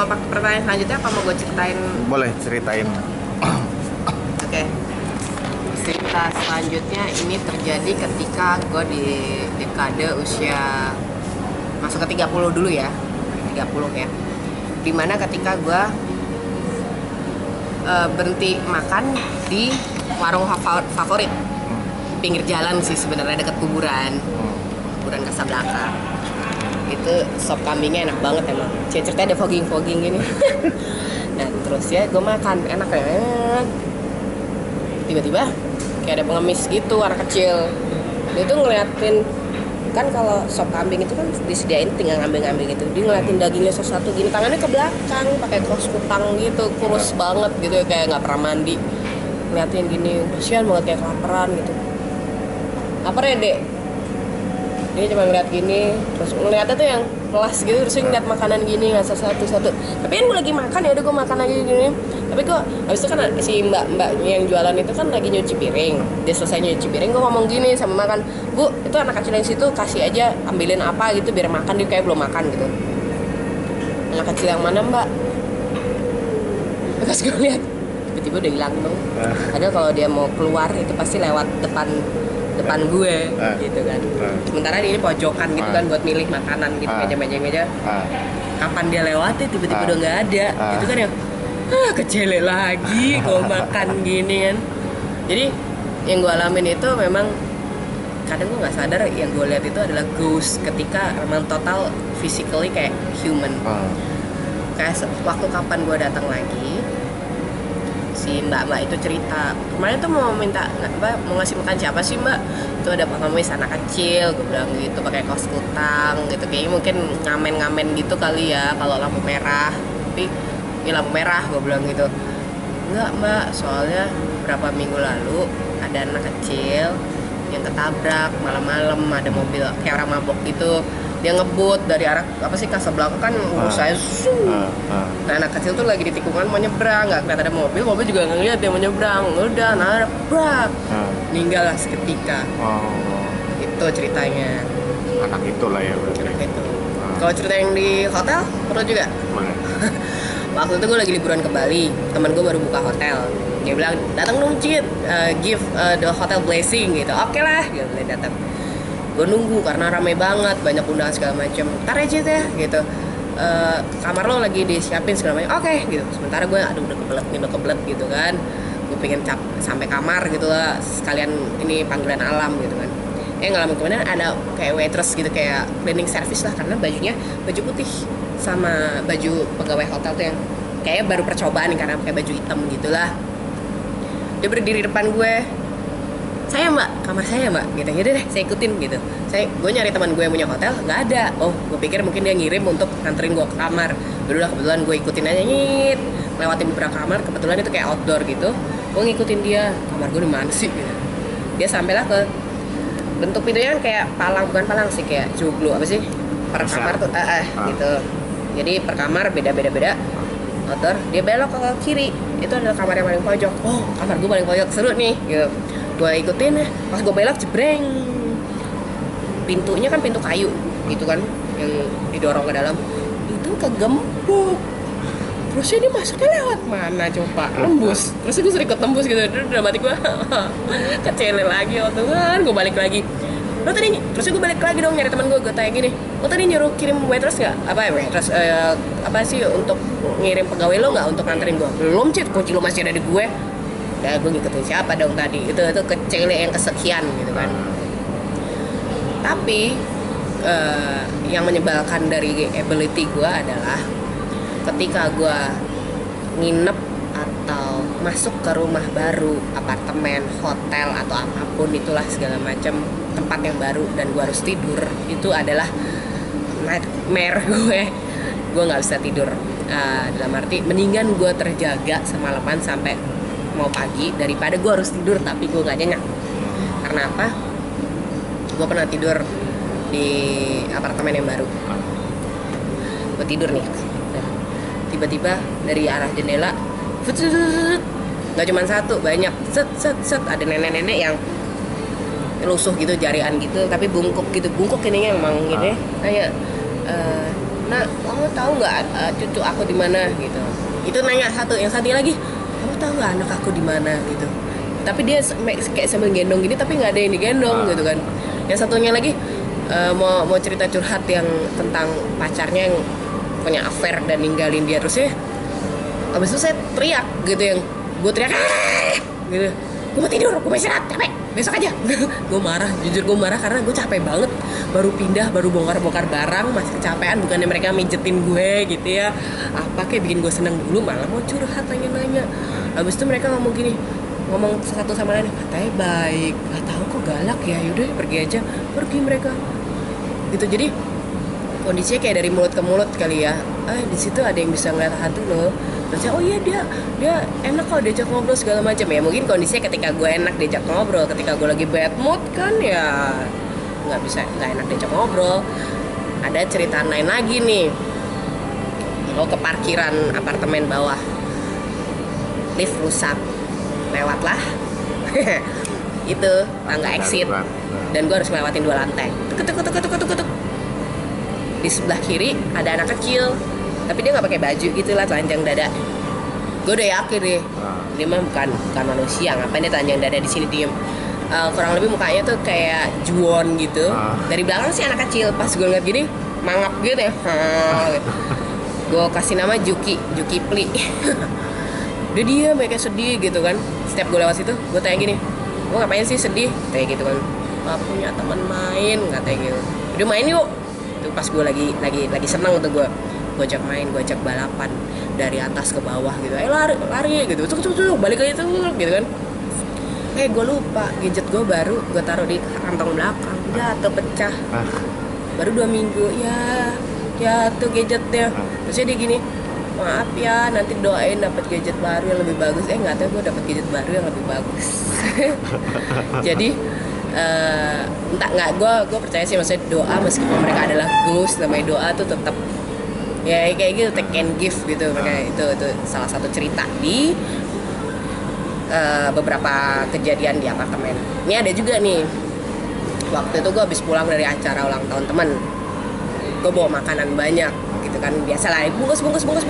Mau pertanyaan selanjutnya apa mau gue ceritain? Boleh ceritain. Oke. Cerita selanjutnya ini terjadi ketika gue di dekade usia masuk ke 30 dulu ya. 30 ya. Dimana ketika gue berhenti makan di warung favorit pinggir jalan sih sebenarnya, dekat kuburan Kasablanca. Itu sop kambingnya enak banget emang. Ceritanya ada fogging gini. Nah terus ya gue makan enak ya. Tiba-tiba kayak ada pengemis gitu, anak kecil. Dia tuh ngeliatin, kan kalau sop kambing itu kan disediain tinggal ngambil gitu. Dia ngeliatin dagingnya satu-satu gini, tangannya ke belakang pakai kaos kutang gitu, kurus banget gitu, kayak nggak pernah mandi. Ngeliatin gini, kasihan banget, kayak kelaparan gitu. Lapar ya dek? Dia cuma ngeliat gini, terus ngeliatnya tuh yang kelas gitu, terus ngeliat makanan gini nggak satu-satu. Tapi kan gue lagi makan ya udah gue makan lagi gini. Tapi gue habis itu kan si mbak yang jualan itu kan lagi nyuci piring. Dia selesai nyuci piring, gue ngomong gini sama makan, Bu itu anak kecil yang situ kasih aja ambilin apa gitu biar makan, dia kayak belum makan gitu. Anak kecil yang mana mbak? Pas gue lihat tiba-tiba udah hilang dong. Padahal kalau dia mau keluar itu pasti lewat depan gue gitu kan. Sementara ini pojokan gitu kan buat milih makanan gitu, meja. Kapan dia lewati tiba-tiba udah nggak ada. Itu kan yang kecele lagi gue makan gini kan. Jadi yang gue alamin itu memang kadang gue nggak sadar yang gue lihat itu adalah ghost ketika memang total physically kayak human. Kayak waktu kapan gue datang lagi, si mbak itu cerita kemarin tuh mau minta mau ngasih makan siapa sih mbak, itu ada pengemis anak kecil, gue bilang gitu pakai kaos kutang gitu, kayaknya mungkin ngamen gitu kali ya kalau lampu merah. Tapi ini lampu merah, gue bilang gitu. Enggak mbak, soalnya berapa minggu lalu ada anak kecil yang ketabrak malam-malam, ada mobil kayak orang mabok gitu, dia ngebut dari arah apa sih Casablanca kan saya nah anak kecil tuh lagi di tikungan mau nyebrang, nggak kelihatan ada mobil juga nggak ngeliat dia mau nyebrang, udah nabrak, meninggal lah seketika. Itu ceritanya Anak itulah ya berarti. anak itu. Kalau cerita yang di hotel perlu juga. Waktu itu gue lagi liburan ke Bali, teman gue baru buka hotel. Dia bilang, datang dong Cid, give the hotel blessing gitu. Oke lah, gitu datang. Gue nunggu karena ramai banget, banyak undangan segala macam. Ntar aja ya gitu. Kamar lo lagi disiapin segala macam. Oke, gitu. Sementara gue udah kebelet gitu kan. Gue pengen sampai kamar gitu lah, sekalian ini panggilan alam gitu kan. Nggak lama kemudian ada kayak waitress gitu, kayak cleaning service lah, karena bajunya baju putih sama baju pegawai hotel tuh yang kayak baru percobaan karena pakai baju hitam gitulah. Dia berdiri depan gue, saya mbak, kamar saya mbak gitu. Yaudah deh saya ikutin gitu. Gue nyari teman gue yang punya hotel, nggak ada. Oh gue pikir mungkin dia ngirim untuk nganterin gue ke kamar. Yaudah kebetulan gue ikutin aja, lewatin beberapa kamar, kebetulan itu kayak outdoor gitu. Gue ngikutin dia, kamar gue di mana sih gitu. Dia sampailah ke bentuk pintunya kayak bukan palang sih, kayak joglo apa sih, per kamar tuh gitu. Jadi per kamar beda outdoor. Dia belok ke kiri, itu adalah kamar yang paling pojok. Oh kamar gue paling pojok, seru nih gitu. Gue ikutin ya, pas gue belok jebreng, pintunya kan pintu kayu gitu kan yang didorong ke dalam, itu kegembok. Terusnya dia masuknya lewat mana coba, nembus. Terus gue sering ikut tembus gitu. Udah mati gue kecele lagi, oh Tuhan. Gue balik lagi, lo tadi, terusnya gue balik lagi dong nyari teman gue tanya gini, lo tadi nyuruh kirim waitress nggak? Apa sih untuk ngirim pegawai lo nggak untuk nganterin gue? Belum Cid, kunci lo masih ada di gue. Udah gue ngikutin siapa dong tadi, itu kecele yang kesekian gitu kan. Tapi yang menyebalkan dari ability gue adalah ketika gue nginep atau masuk ke rumah baru, apartemen, hotel atau apapun itulah segala macam tempat yang baru, dan gue harus tidur, itu adalah nightmare gue nggak bisa tidur. Dalam arti mendingan gue terjaga semalaman sampai mau pagi daripada gue harus tidur tapi gue nggak nyenyak. Karena apa? Gue pernah tidur di apartemen yang baru, gue tidur nih, tiba-tiba dari arah jendela nggak cuma satu, banyak set ada nenek-nenek yang lusuh gitu, jarian gitu, tapi bungkuk ininya memang gitu ya, kayak Nah, kamu tahu nggak cucu aku di mana gitu. Itu nanya satu, yang satu lagi, kamu tahu nggak anak aku di mana gitu. Tapi dia kayak sambil gendong gini, tapi nggak ada yang digendong gitu kan. Yang satunya lagi mau cerita curhat yang tentang pacarnya yang punya affair dan ninggalin dia terus ya. Abis itu saya teriak gitu, yang gue teriak gitu, gue mau tidur, gue mau istirahat, capek, besok aja. Gue marah, jujur gue marah karena gue capek banget, baru pindah, baru bongkar barang, masih kecapean. Bukannya mereka mijetin gue gitu ya, apa kayak bikin gue seneng dulu, malah mau curhat nanya-nanya. Abis itu mereka ngomong satu sama lain, katanya baik, nggak tahu kok galak ya, yaudah pergi aja, pergi mereka gitu. Jadi kondisinya kayak dari mulut ke mulut kali ya. Di situ ada yang bisa ngeliat hantu loh. Terus oh iya dia enak kok diajak ngobrol segala macam ya. Mungkin kondisinya ketika gue enak diajak ngobrol, ketika gue lagi bad mood kan ya nggak enak diajak ngobrol. Ada cerita lain lagi nih. Lo ke parkiran apartemen bawah, lift rusak, lewatlah itu tangga exit, dan gue harus ngelewatin 2 lantai. Tuk. Di sebelah kiri ada anak kecil, tapi dia nggak pakai baju gitu lah, telanjang dada. Gue udah yakin deh, dia mah bukan manusia, ngapain dia telanjang dada di sini diem. Kurang lebih mukanya tuh kayak juon gitu. Dari belakang sih anak kecil, pas gue ngeliat gini mangap gitu ya. Gue kasih nama Juki Pli. Dia diem kayak sedih gitu kan. Setiap gue lewat situ, gue tanya gini, gue ngapain sih sedih? Kayak gitu kan. Gak punya teman main, katanya gitu. Udah main yuk. Itu pas gue lagi senang tuh, gue ajak main, gue ajak balapan dari atas ke bawah gitu. Lari gitu, cuk balik aja tuh gitu kan. Gue lupa gadget gue baru gue taruh di kantong belakang, jatuh pecah. Baru 2 minggu ya tuh gadgetnya. Terusnya dia gini, maaf ya, nanti doain dapat gadget baru yang lebih bagus. Nggak tahu, gue dapat gadget baru yang lebih bagus. Jadi entah nggak, gue percaya sih, maksudnya doa meskipun mereka adalah ghost, namanya doa tuh tetap ya kayak gitu, take and give gitu. Mereka itu salah satu cerita di beberapa kejadian di apartemen. Ini ada juga nih, waktu itu gue habis pulang dari acara ulang tahun teman, gue bawa makanan banyak gitu kan, biasalah bungkus.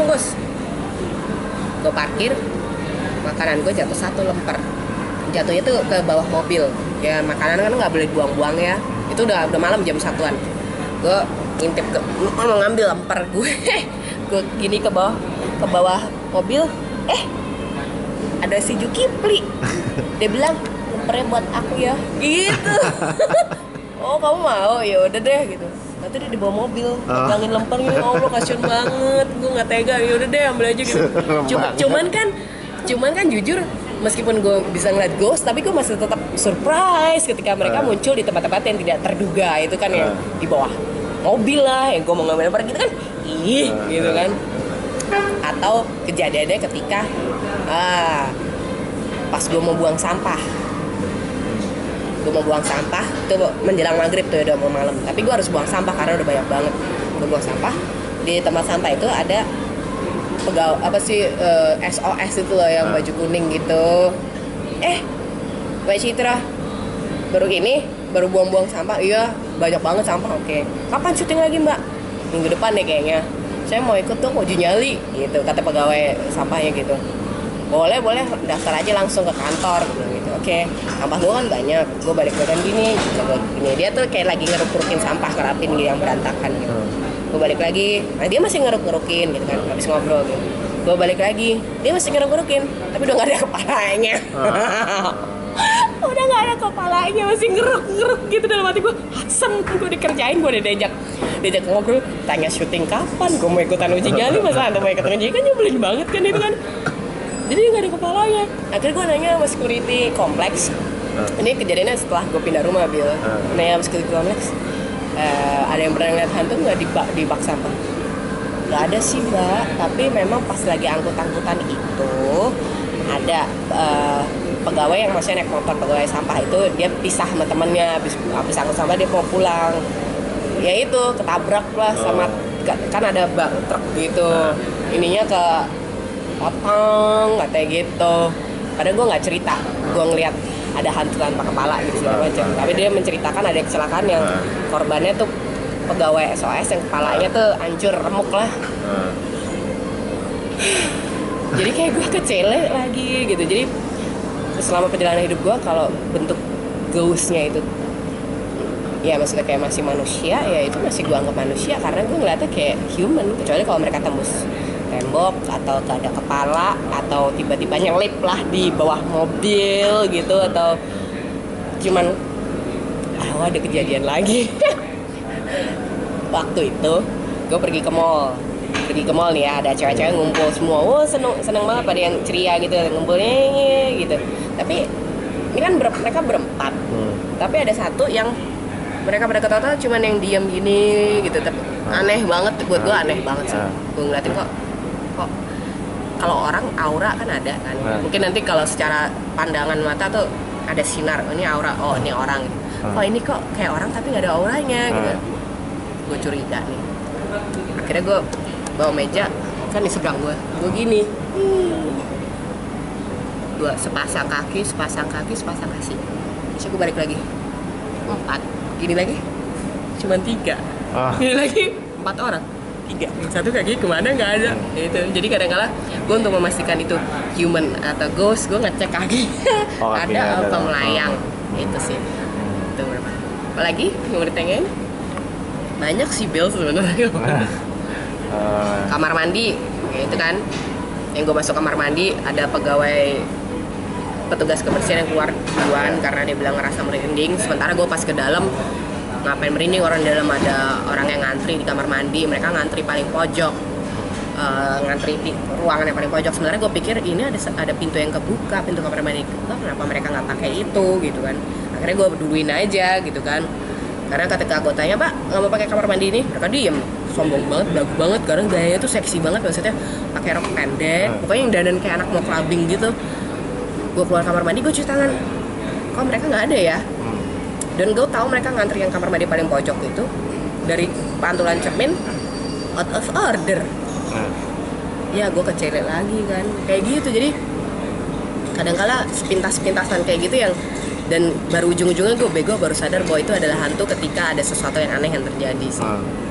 Gue parkir, makanan gue jatuh 1 lemper. Jatuhnya tuh ke bawah mobil. Ya makanan kan nggak boleh buang-buang ya. Itu udah malam jam 1-an. Gue ngintip mau ngambil lemper gue. Gue gini ke bawah mobil. Ada si Juki Pli. Dia bilang, lempernya buat aku ya. Gitu. Oh kamu mau? Ya udah deh gitu. Nanti dia di bawah mobil, pegangin lemper gitu. Oh lo kasian banget, gue nggak tega. Ya udah deh ambil aja gitu. Cuman kan jujur, meskipun gue bisa ngeliat ghost, tapi gue masih tetap surprise ketika mereka muncul di tempat-tempat yang tidak terduga. Itu kan yang di bawah mobil lah, yang gue mau ngambil lemper gitu kan, gitu kan. Atau kejadiannya ketika pas gue mau buang sampah. Tuh menjelang maghrib tuh, udah mau malam, tapi gue harus buang sampah karena udah banyak banget. Gue buang sampah, di tempat sampah itu ada SOS itu loh, yang baju kuning gitu. Mbak Citra baru buang-buang sampah. Iya, banyak banget sampah. Oke, kapan syuting lagi mbak? Minggu depan deh kayaknya. Saya mau ikut tuh uji nyali gitu, kata pegawai sampahnya gitu. Boleh, daftar aja langsung ke kantor gitu. Oke, sampah gue kan banyak, gue balik badan gini, dia tuh kayak lagi ngeruk-ngerukin sampah, ngerapin gitu yang berantakan gitu. Gue balik lagi, nah dia masih ngeruk-ngerukin gitu kan, habis ngobrol gitu. Gue balik lagi, dia masih ngeruk-ngerukin, tapi udah gak ada kepalanya. Udah gak ada kepalanya, masih ngeruk-ngeruk gitu. Dalam hati gue, asem, gue dikerjain, gue udah diajak ngobrol, tanya syuting kapan, gue mau ikutan uji nyali, masa anda mau ikutan uji kan nyebelin banget kan itu kan. Jadi gak ada kepalanya. Akhirnya gue nanya sama security kompleks. Ini kejadiannya setelah gue pindah rumah, Bil. Nanya sama security kompleks, ada yang pernah ngeliat hantu gak di bak sampah? Gak ada sih mbak, tapi memang pas lagi angkut-angkutan itu ada pegawai yang masih naik motor, pegawai sampah itu, dia pisah sama temennya, habis angkut sampah dia mau pulang. Ya itu, ketabrak lah sama, kan ada bak truk gitu. Ininya ke potong, katanya gitu. Padahal gue nggak cerita, gue ngeliat ada hantu tanpa kepala gitu segala macam. Tapi dia menceritakan ada kecelakaan yang korbannya tuh pegawai SOS yang kepalanya tuh hancur remuk lah. Jadi kayak gue kecele lagi gitu. Jadi selama perjalanan hidup gue kalau bentuk ghostnya itu ya maksudnya kayak masih manusia, ya itu masih gue anggap manusia karena gue ngeliatnya kayak human. Kecuali kalau mereka tembus tembok atau ada kepala atau tiba-tiba nyelip lah di bawah mobil gitu, atau cuman ada kejadian lagi. Waktu itu gue pergi ke mall nih ya, ada cewek-cewek ngumpul semua, seneng banget, pada yang ceria gitu, ngumpulnya gitu. Tapi ini kan mereka berempat, tapi ada satu yang mereka pada ketawa cuman yang diam gini gitu, tapi aneh banget buat gue, aneh banget sih. Gue ngeliatin kok kalau orang aura kan ada kan, mungkin nanti kalau secara pandangan mata tuh ada sinar, oh ini aura, oh ini orang. Kok ini kok kayak orang tapi nggak ada auranya gitu. Gue curiga nih. Akhirnya gue bawa meja kan di seberang gue gini, gue sepasang kaki. Terus gue balik lagi 4, gini lagi cuman 3, gini lagi 4 orang, 3, satu kaki kemana nggak ada. Itu jadi kadang-kala gue untuk memastikan itu human atau ghost, gue ngecek kaki ada apa melayang. Itu sih. Itu berapa? Apalagi yang mau ditanyain? Banyak sih Bill sebenarnya. Kamar mandi, itu kan yang gue masuk kamar mandi, ada petugas kebersihan yang keluar duluan karena dia bilang ngerasa merinding. Sementara gue pas ke dalam, ngapain merinding, orang di dalam ada orang yang ngantri di kamar mandi, mereka ngantri paling pojok, ngantri di ruangan yang paling pojok. Sebenarnya gue pikir ini ada pintu yang kebuka, pintu kamar mandi kebuka, kenapa mereka nggak pakai itu gitu kan. Akhirnya gue peduliin aja gitu kan, karena ketika gue tanya, Pak nggak mau pakai kamar mandi ini, mereka diem, sombong banget, belagu banget, karena gayanya tuh seksi banget, maksudnya pakai rok pendek, pokoknya yang dandan kayak anak mau clubbing gitu. Gue keluar kamar mandi, gue cuci tangan, kok mereka nggak ada ya. Dan gue tahu mereka ngantri yang kamar mandi paling pojok itu dari pantulan cermin out of order. Ya gue kecele lagi kan, kayak gitu. Jadi kadang-kala sepintas-pintasan kayak gitu yang, dan baru ujung-ujungnya gue baru sadar bahwa itu adalah hantu ketika ada sesuatu yang aneh yang terjadi sih.